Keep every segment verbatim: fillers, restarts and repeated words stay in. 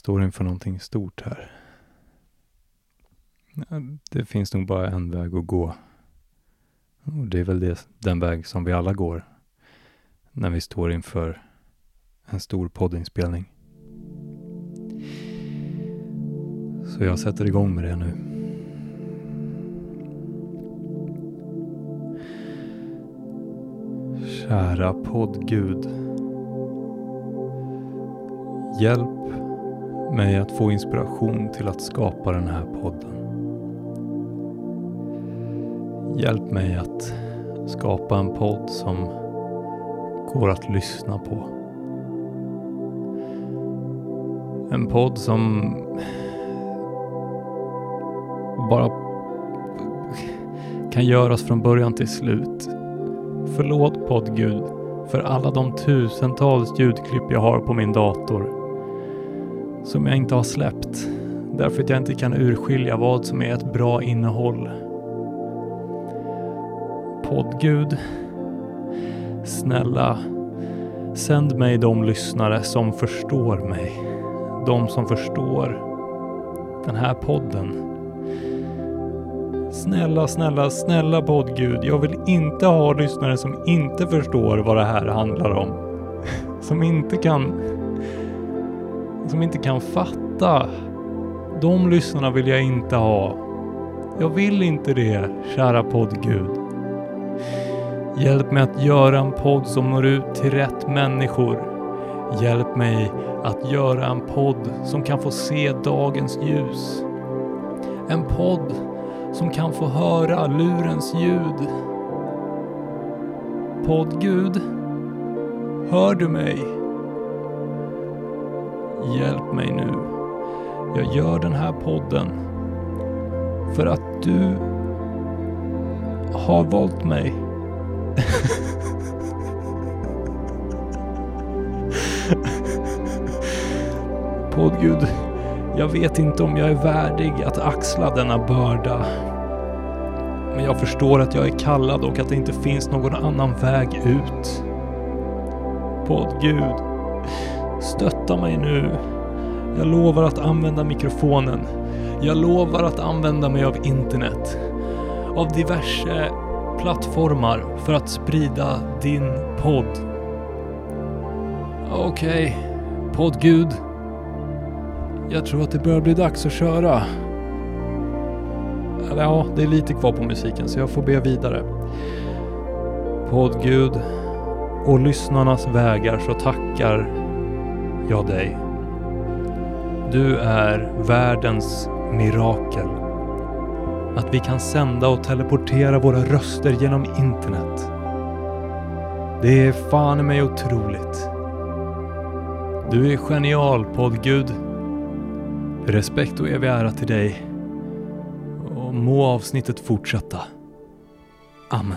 står inför någonting stort här. Det finns nog bara en väg att gå. Och det är väl det, den väg som vi alla går när vi står inför en stor poddinspelning. Så jag sätter igång med det nu. Kära poddgud. Hjälp mig att få inspiration till att skapa den här podden. Hjälp mig att skapa en podd som går att lyssna på. En podd som bara kan göras från början till slut. Förlåt poddgud för alla de tusentals ljudklipp jag har på min dator som jag inte har släppt därför att jag inte kan urskilja vad som är ett bra innehåll. Poddgud, snälla, sänd mig de lyssnare som förstår mig. De som förstår den här podden. Snälla, snälla, snälla poddgud. Jag vill inte ha lyssnare som inte förstår vad det här handlar om. Som inte kan... Som inte kan fatta. De lyssnarna vill jag inte ha. Jag vill inte det, kära poddgud. Hjälp mig att göra en podd som når ut till rätt människor. Hjälp mig att göra en podd som kan få se dagens ljus. En podd som kan få höra lurens ljud. Poddgud, hör du mig? Hjälp mig nu. Jag gör den här podden för att du har valt mig. Poddgud, jag vet inte om jag är värdig att axla denna börda. Men jag förstår att jag är kallad och att det inte finns någon annan väg ut. Poddgud, stötta mig nu. Jag lovar att använda mikrofonen. Jag lovar att använda mig av internet. Av diverse plattformar för att sprida din podd. Okej, okay, poddgud. Jag tror att det börjar bli dags att köra. Eller ja, det är lite kvar på musiken så jag får be vidare. Poddgud och lyssnarnas vägar så tackar jag dig. Du är världens mirakel. Att vi kan sända och teleportera våra röster genom internet. Det är fan i mig otroligt. Du är genial, poddgud. Respekt och evig ära till dig. Och må avsnittet fortsätta. Amen.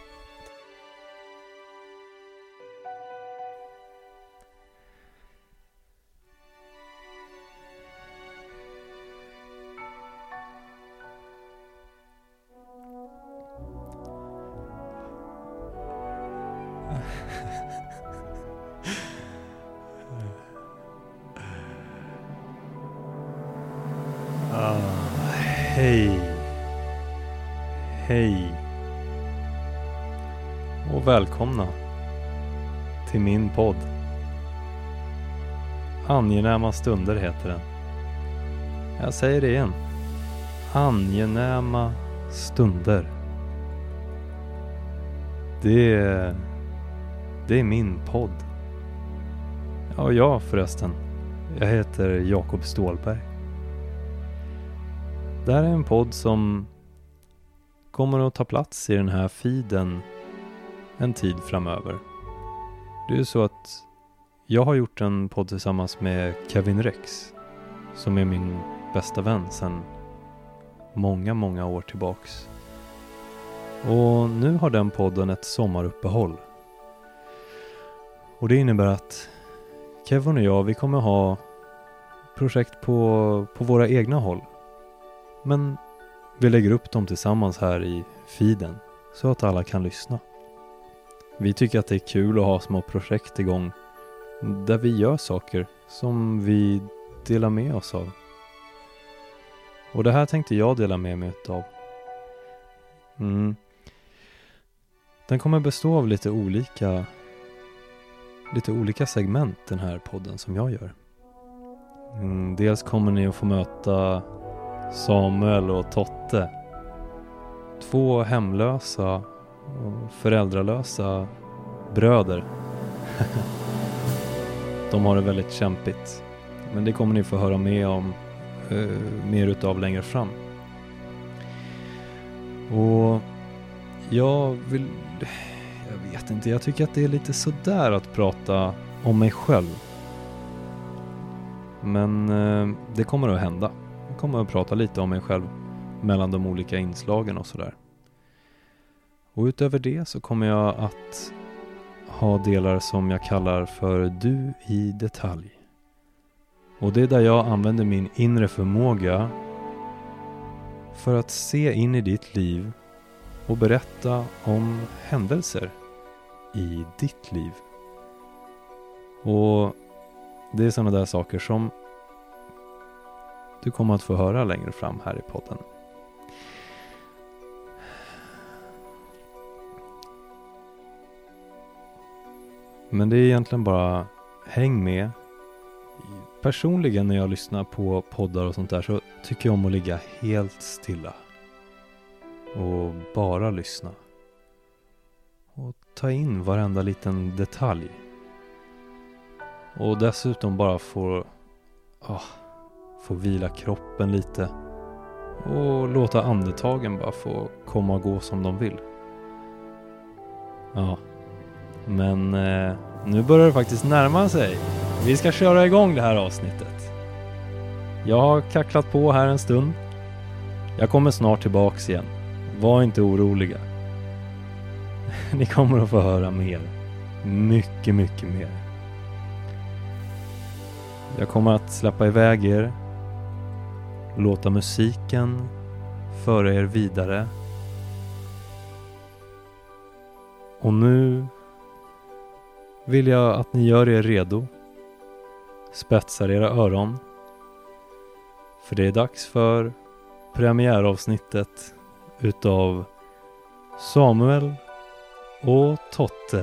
Hej. Hej. Och välkomna till min podd. Angenäma stunder heter den. Jag säger det igen. Angenäma stunder. Det är, det är min podd. Ja, jag förresten. Jag heter Jakob Stålberg. Det här är en podd som kommer att ta plats i den här feeden en tid framöver. Det är ju så att jag har gjort en podd tillsammans med Kevin Rex som är min bästa vän sedan många, många år tillbaks. Och nu har den podden ett sommaruppehåll. Och det innebär att Kevin och jag, vi kommer ha projekt på, på våra egna håll. Men vi lägger upp dem tillsammans här i feeden så att alla kan lyssna. Vi tycker att det är kul att ha små projekt igång där vi gör saker som vi dela med oss av. Och det här tänkte jag dela med mig av. Mm. Den kommer bestå av lite olika lite olika segment, den här podden som jag gör. Mm, dels kommer ni att få möta Samuel och Totte. Två hemlösa och föräldralösa bröder. De har det väldigt kämpigt. Men det kommer ni få höra mer om uh, mer utav längre fram. Och jag vill jag vet inte, jag tycker att det är lite sådär att prata om mig själv. Men uh, det kommer att hända. Jag kommer att prata lite om mig själv mellan de olika inslagen och sådär. Och utöver det så kommer jag att ha delar som jag kallar för du i detalj. Och det är där jag använder min inre förmåga för att se in i ditt liv och berätta om händelser i ditt liv. Och det är sådana där saker som du kommer att få höra längre fram här i podden. Men det är egentligen bara häng med. Personligen när jag lyssnar på poddar och sånt där så tycker jag om att ligga helt stilla. Och bara lyssna. Och ta in varenda liten detalj. Och dessutom bara få, oh, få vila kroppen lite. Och låta andetagen bara få komma och gå som de vill. Ja. Men eh, nu börjar det faktiskt närma sig. Vi ska köra igång det här avsnittet. Jag har kacklat på här en stund. Jag kommer snart tillbaks igen. Var inte oroliga. Ni kommer att få höra mer. Mycket, mycket mer. Jag kommer att släppa iväg er. Låta musiken föra er vidare. Och nu vill jag att ni gör er redo. Spetsar era öron. För det är dags för premiäravsnittet utav Samuel och Totte.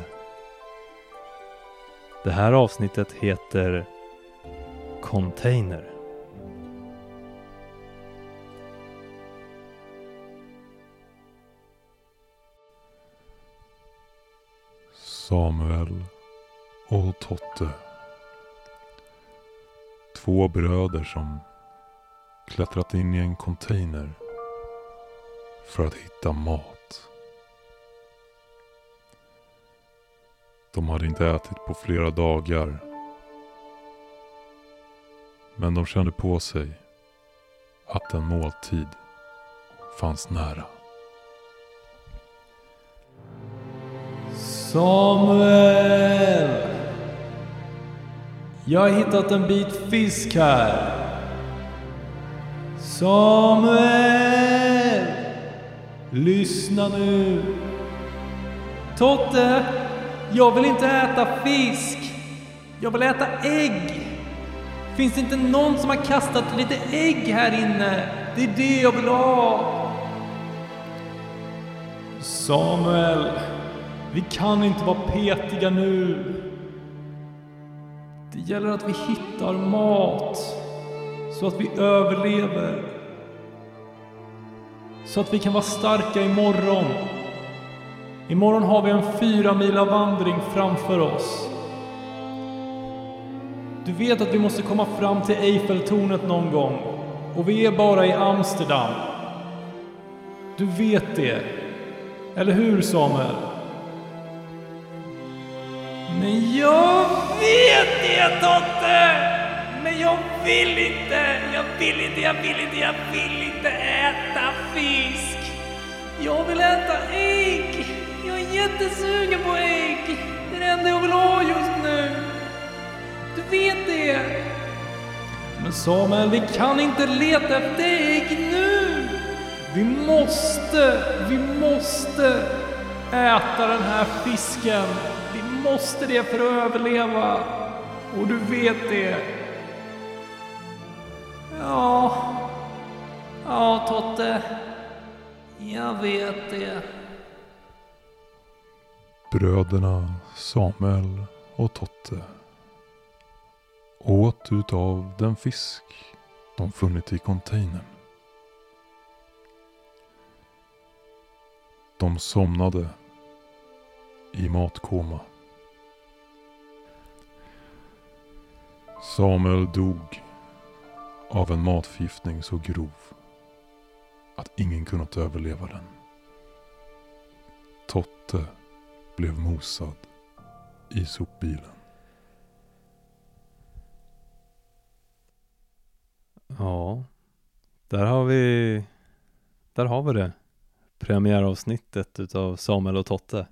Det här avsnittet heter Container. Samuel och Totte. Två bröder som klättrat in i en container för att hitta mat. De hade inte ätit på flera dagar. Men de kände på sig att en måltid fanns nära. Samuel! Jag har hittat en bit fisk här. Samuel! Lyssna nu. Totte! Jag vill inte äta fisk. Jag vill äta ägg. Finns det inte någon som har kastat lite ägg här inne? Det är det jag vill ha. Samuel, vi kan inte vara petiga nu. Det gäller att vi hittar mat så att vi överlever. Så att vi kan vara starka imorgon. Imorgon har vi en fyra mila vandring framför oss. Du vet att vi måste komma fram till Eiffeltornet någon gång. Och vi är bara i Amsterdam. Du vet det. Eller hur, Samuel? Men jag vet det, Totte! Men jag vill inte. Jag vill inte, jag vill inte, jag vill inte äta fisk. Jag vill äta ägg. Jag är jättesugen på ägg. Det är det enda jag vill ha just nu. Du vet det. Men Samuel, vi kan inte leta efter ägg nu. Vi måste, vi måste äta den här fisken. Vi måste det för att överleva. Och du vet det. Ja, ja Totte, jag vet det. Bröderna Samuel och Totte åt utav den fisk de funnit i containern. De somnade i matkoma. Samuel dog av en matförgiftning så grov att ingen kunnat överleva den. Totte blev mosad i sopbilen. Ja, där har vi där har vi det. Premiäravsnittet utav Samuel och Totte.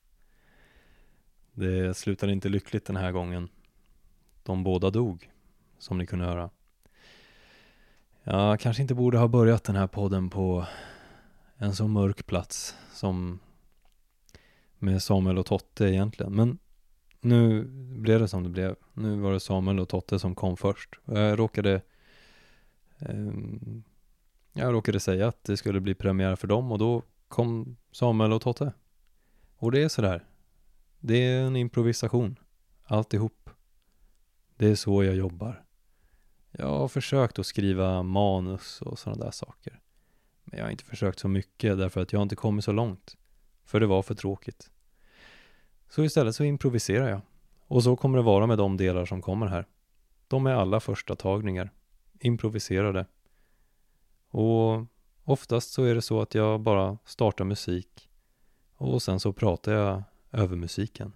Det slutade inte lyckligt den här gången. De båda dog, som ni kunde höra. Jag kanske inte borde ha börjat den här podden på en så mörk plats som med Samuel och Totte egentligen. Men nu blev det som det blev. Nu var det Samuel och Totte som kom först. Jag råkade eh, jag råkade säga att det skulle bli premiär för dem och då kom Samuel och Totte. Och det är sådär. Det är en improvisation. Alltihop. Det är så jag jobbar. Jag har försökt att skriva manus och sådana där saker. Men jag har inte försökt så mycket därför att jag inte kommit så långt. För det var för tråkigt. Så istället så improviserar jag. Och så kommer det vara med de delar som kommer här. De är alla första tagningar. Improviserade. Och oftast så är det så att jag bara startar musik. Och sen så pratar jag över musiken.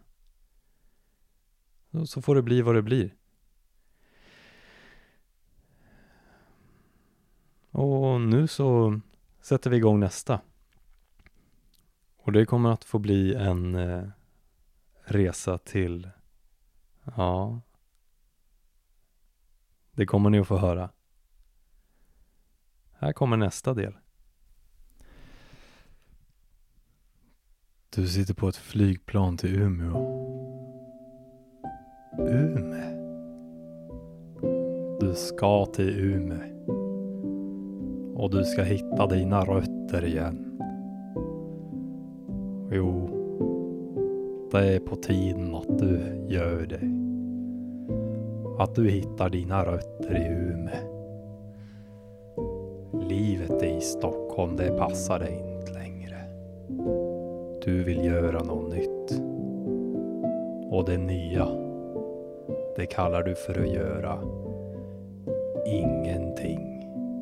Och så får det bli vad det blir. Och nu så sätter vi igång nästa. Och det kommer att få bli en eh, resa till, ja, det kommer ni att få höra. Här kommer nästa del. Du sitter på ett flygplan till Umeå. Umeå? Du ska till Umeå. Och du ska hitta dina rötter igen. Jo, det är på tiden att du gör det. Att du hittar dina rötter i Umeå. Livet i Stockholm, det passar dig inte längre. Du vill göra något nytt. Och det nya, det kallar du för att göra ingenting.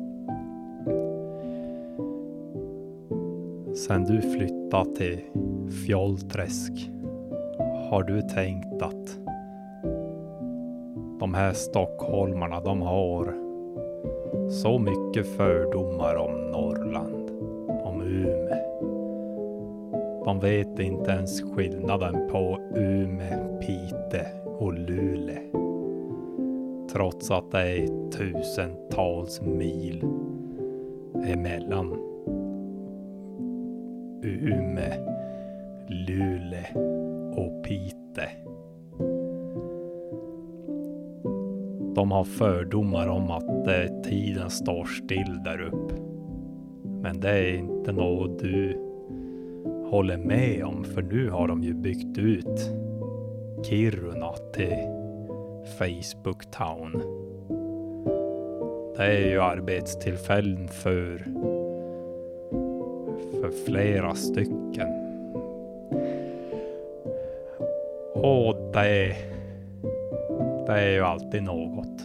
Sen du flyttat till Fjollträsk har du tänkt att de här stockholmarna, de har så mycket fördomar om Norrland, om Umeå. De vet inte ens skillnaden på Umeå, Pite och Luleå. Trots att det är tusentals mil emellan Umeå, Luleå och Pite. De har fördomar om att eh, tiden står still där upp. Men det är inte något du håller med om, för nu har de ju byggt ut Kiruna till Facebook Town. Det är ju arbetstillfällen för för flera stycken. Och det det är ju alltid något.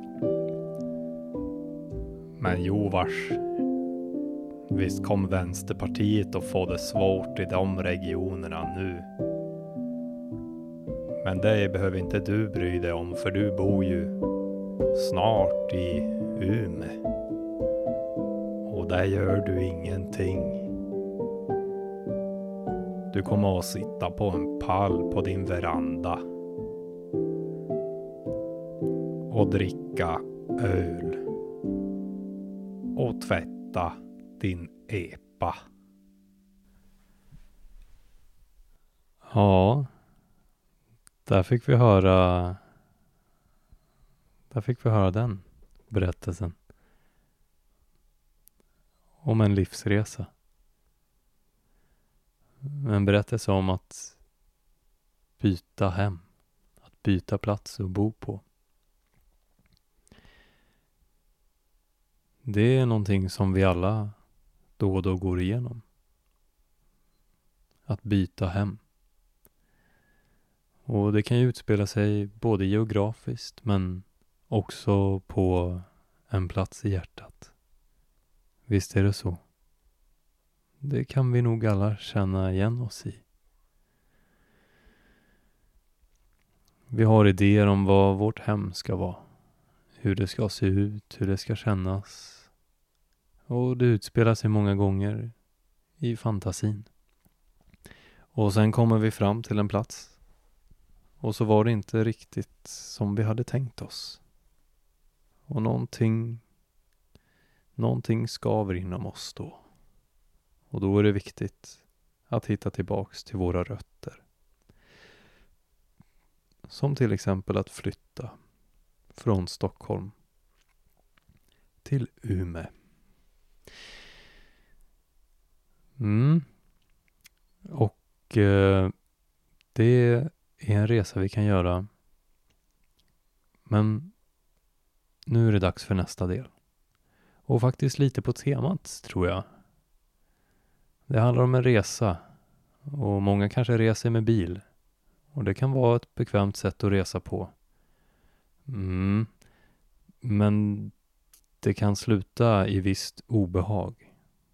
Men jo vars, visst kom Vänsterpartiet att få det svårt i de regionerna nu. Men det behöver inte du bry dig om, för du bor ju snart i Umeå. Och där gör du ingenting. Du kommer att sitta på en pall på din veranda och dricka öl och tvätta din epa. Ja, där fick vi höra där fick vi höra den berättelsen. om en livsresa. En berättelse om att byta hem, att byta plats att bo på. Det är någonting som vi alla då och då går igenom. Att byta hem. Och det kan ju utspela sig både geografiskt men också på en plats i hjärtat. Visst är det så. Det kan vi nog alla känna igen oss i. Vi har idéer om vad vårt hem ska vara. Hur det ska se ut, hur det ska kännas. Och det utspelar sig många gånger i fantasin. Och sen kommer vi fram till en plats. Och så var det inte riktigt som vi hade tänkt oss. Och någonting, någonting skaver inom oss då. Och då är det viktigt att hitta tillbaks till våra rötter. Som till exempel att flytta från Stockholm till Umeå. Mm. Och eh, det är en resa vi kan göra. Men nu är det dags för nästa del. Och faktiskt lite på temat, tror jag. Det handlar om en resa. Och många kanske reser med bil. Och det kan vara ett bekvämt sätt att resa på. Mm. Men det kan sluta i visst obehag.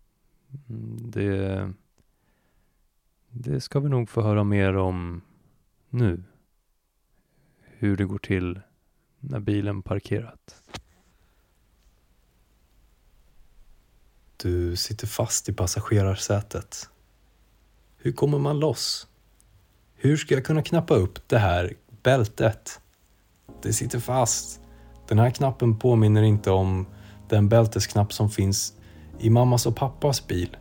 Det, det ska vi nog få höra mer om nu. Hur det går till när bilen parkerat. Du sitter fast i passagerarsätet. Hur kommer man loss? Hur ska jag kunna knappa upp det här bältet? Det sitter fast. Den här knappen påminner inte om den bältesknapp som finns i mammas och pappas bil.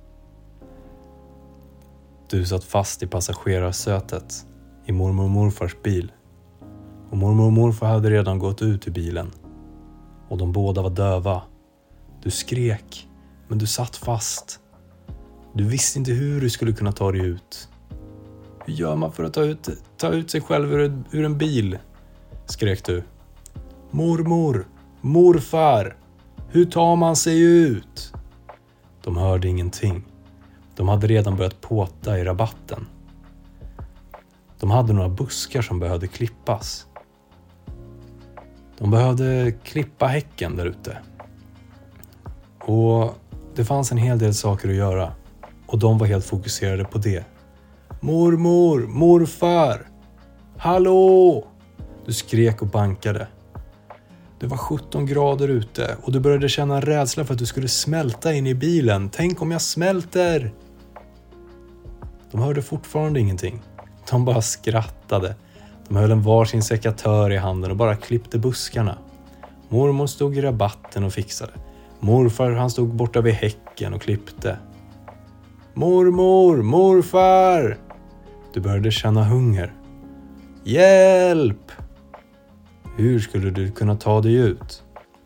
Du satt fast i passagerarsätet i mormor och morfars bil. Och mormor och morfar hade redan gått ut ur bilen. Och de båda var döva. Du skrek, men du satt fast. Du visste inte hur du skulle kunna ta dig ut. Hur gör man för att ta ut, ta ut sig själv ur, ur en bil? Skrek du. Mormor, morfar, hur tar man sig ut? De hörde ingenting. De hade redan börjat påta i rabatten. De hade några buskar som behövde klippas. De behövde klippa häcken där ute. Och det fanns en hel del saker att göra. Och de var helt fokuserade på det. Mormor, morfar, hallå! Du skrek och bankade. Det var sjutton grader ute och du började känna en rädsla för att du skulle smälta in i bilen. Tänk om jag smälter! De hörde fortfarande ingenting. De bara skrattade. De höll en varsin sekatör i handen och bara klippte buskarna. Mormor stod i rabatten och fixade. Morfar han stod borta vid häcken och klippte. Mormor, morfar! Du började känna hunger. Hjälp! Hur skulle du kunna ta dig ut?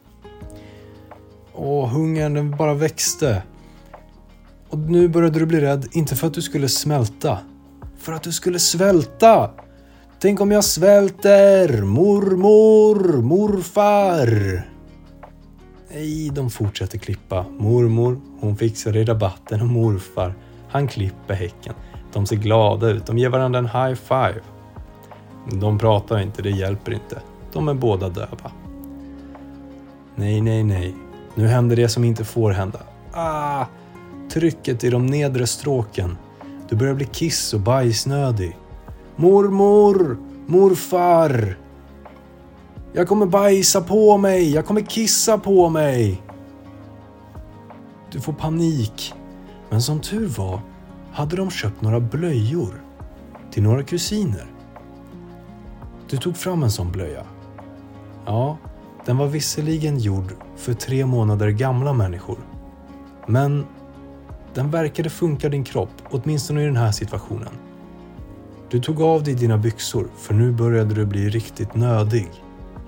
Åh, hungern den bara växte. Och nu började du bli rädd, inte för att du skulle smälta. För att du skulle svälta. Tänk om jag svälter, mormor, morfar. Nej, de fortsätter klippa. Mormor, hon fixar i rabatten och morfar, han klipper häcken. De ser glada ut, de ger varandra en high five. De pratar inte, det hjälper inte. De är båda döva. Nej, nej, nej. Nu händer det som inte får hända. Ah, trycket i de nedre stråken. Du börjar bli kiss och bajsnödig. Mormor, morfar. Jag kommer bajsa på mig. Jag kommer kissa på mig. Du får panik. Men som tur var hade de köpt några blöjor till några kusiner. Du tog fram en sån blöja. Ja, den var visserligen gjord för tre månader gamla människor. Men den verkade funka din kropp, åtminstone i den här situationen. Du tog av dig dina byxor, för nu började du bli riktigt nödig.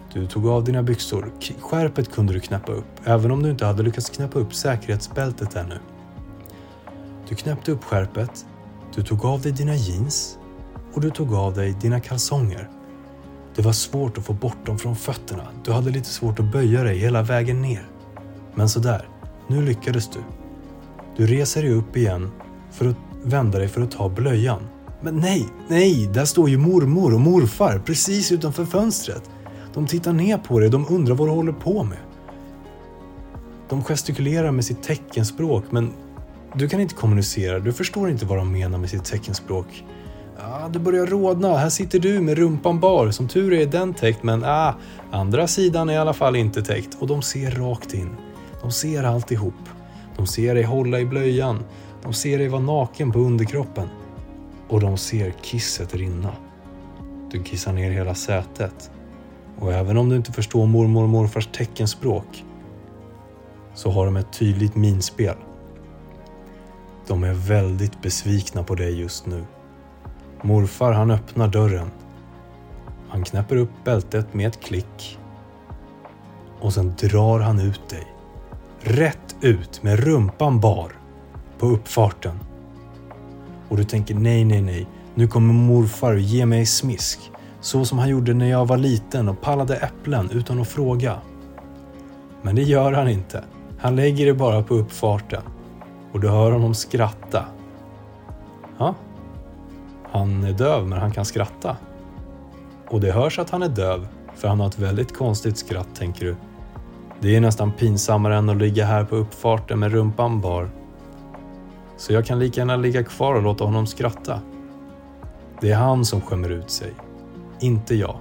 Du tog av dina byxor. Skärpet kunde du knäppa upp, även om du inte hade lyckats knäppa upp säkerhetsbältet ännu. Du knäppte upp skärpet, du tog av dig dina jeans och du tog av dig dina kalsonger. Det var svårt att få bort dem från fötterna. Du hade lite svårt att böja dig hela vägen ner. Men så där, nu lyckades du. Du reser dig upp igen för att vända dig för att ta blöjan. Men nej, nej, där står ju mormor och morfar precis utanför fönstret. De tittar ner på dig, de undrar vad du håller på med. De gestikulerar med sitt teckenspråk, men du kan inte kommunicera. Du förstår inte vad de menar med sitt teckenspråk. Ja, det börjar rådna. Här sitter du med rumpan bar. Som tur är den täckt, men ah, andra sidan är i alla fall inte täckt. Och de ser rakt in. De ser alltihop. De ser dig hålla i blöjan. De ser dig vara naken på underkroppen. Och de ser kisset rinna. Du kissar ner hela sätet. Och även om du inte förstår mormor och morfars teckenspråk, så har de ett tydligt minspel. De är väldigt besvikna på dig just nu. Morfar, han öppnar dörren. Han knäpper upp bältet med ett klick. Och sen drar han ut dig. Rätt ut med rumpan bar på uppfarten. Och du tänker nej, nej, nej. Nu kommer morfar ge mig smisk. Så som han gjorde när jag var liten och pallade äpplen utan att fråga. Men det gör han inte. Han lägger det bara på uppfarten. Och du hör honom skratta. Ja. Han är döv, men han kan skratta. Och det hörs att han är döv, för han har ett väldigt konstigt skratt, tänker du. Det är nästan pinsammare än att ligga här på uppfarten med rumpan bar. Så jag kan lika gärna ligga kvar och låta honom skratta. Det är han som skämmer ut sig, inte jag.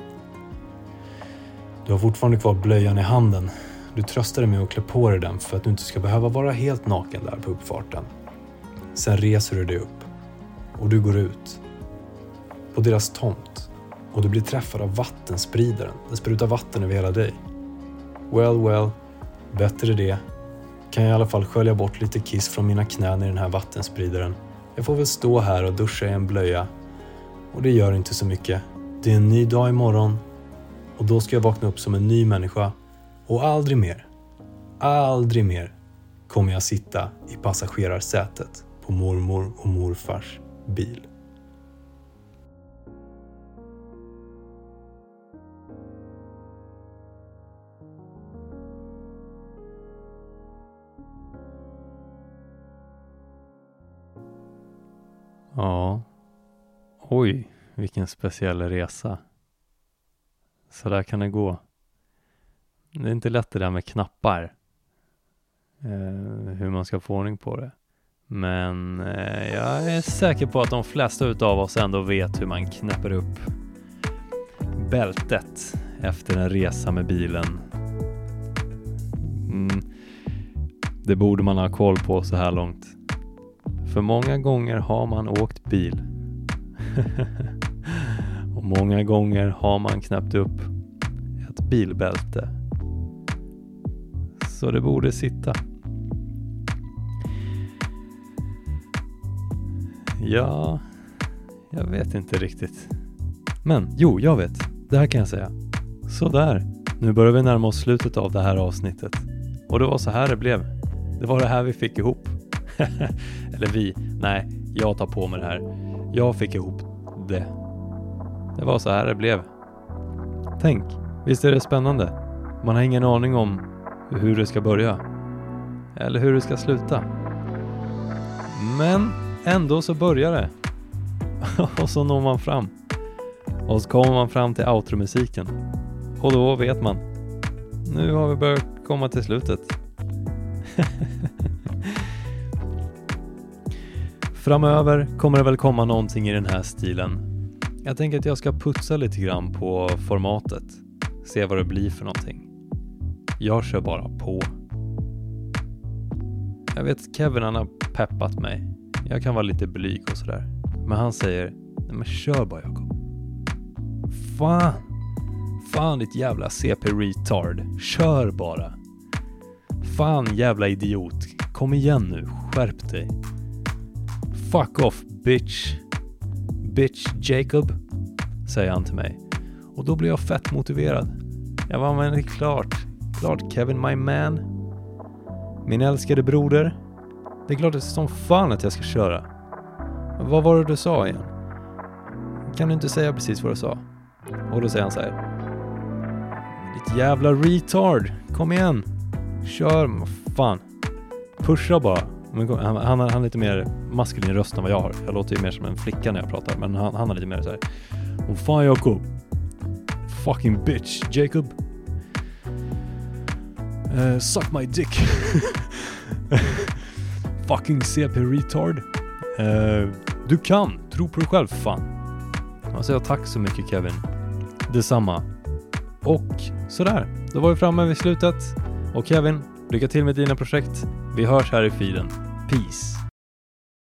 Du har fortfarande kvar blöjan i handen. Du tröstar dig med att klä på dig den för att du inte ska behöva vara helt naken där på uppfarten. Sen reser du dig upp. Och du går ut på deras tomt och du blir träffad av vattenspridaren. Den sprutar vatten över hela dig. Well, well, bättre det. Kan jag i alla fall skölja bort lite kiss från mina knän i den här vattenspridaren. Jag får väl stå här och duscha i en blöja. Och det gör inte så mycket. Det är en ny dag imorgon. Och då ska jag vakna upp som en ny människa. Och aldrig mer, aldrig mer kommer jag sitta i passagerarsätet på mormor och morfars bil. Ja. Oj, vilken speciell resa. Så där kan det gå. Det är inte lätt det där med knappar. Eh, hur man ska få ordning på det. Men eh, jag är säker på att de flesta utav oss ändå vet hur man knäpper upp bältet efter en resa med bilen. Mm. Det borde man ha koll på så här långt. För många gånger har man åkt bil. Och många gånger har man knäppt upp ett bilbälte. Så det borde sitta. Ja, jag vet inte riktigt. Men, jo, jag vet. Det här kan jag säga. Så där. Nu börjar vi närma oss slutet av det här avsnittet. Och det var så här det blev. Det var det här vi fick ihop. Eller vi. Nej, jag tar på mig det här. Jag fick ihop det. Det var så här det blev. Tänk, visst är det spännande? Man har ingen aning om hur det ska börja. Eller hur det ska sluta. Men ändå så börjar det. Och så når man fram. Och så kommer man fram till outro-musiken. Och då vet man. Nu har vi börjat komma till slutet. Framöver kommer det väl komma någonting i den här stilen. Jag tänker att jag ska putsa lite grann på formatet. Se vad det blir för någonting. Jag kör bara på. Jag vet Kevin, han har peppat mig. Jag kan vara lite blyg och sådär. Men han säger, nej men kör bara Jakob. Fan. Fan ditt jävla C P-retard. Kör bara. Fan jävla idiot. Kom igen nu. Skärp dig. Fuck off bitch. Bitch Jacob. Säger han till mig. Och då blir jag fett motiverad. Jag bara, men det är klart. Klart Kevin, my man. Min älskade broder. Det är klart det är som fan att jag ska köra. Vad var det du sa igen? Kan du inte säga precis vad du sa? Och då säger han så här. Ditt jävla retard. Kom igen. Kör, vad fan. Pusha bara. Han, han, han har lite mer maskulin röst än vad jag har. Jag låter ju mer som en flicka när jag pratar. Men han, han har lite mer så här. Åh fan Jakob. Fucking bitch Jacob. Uh, suck my dick. Fucking C P retard. Uh, du kan. Tro på dig själv fan. Alltså jag tack så mycket Kevin. Detsamma. Och sådär. Då var vi framme vid slutet. Och Kevin, lycka till med dina projekt. Vi hörs här i feeden. Peace.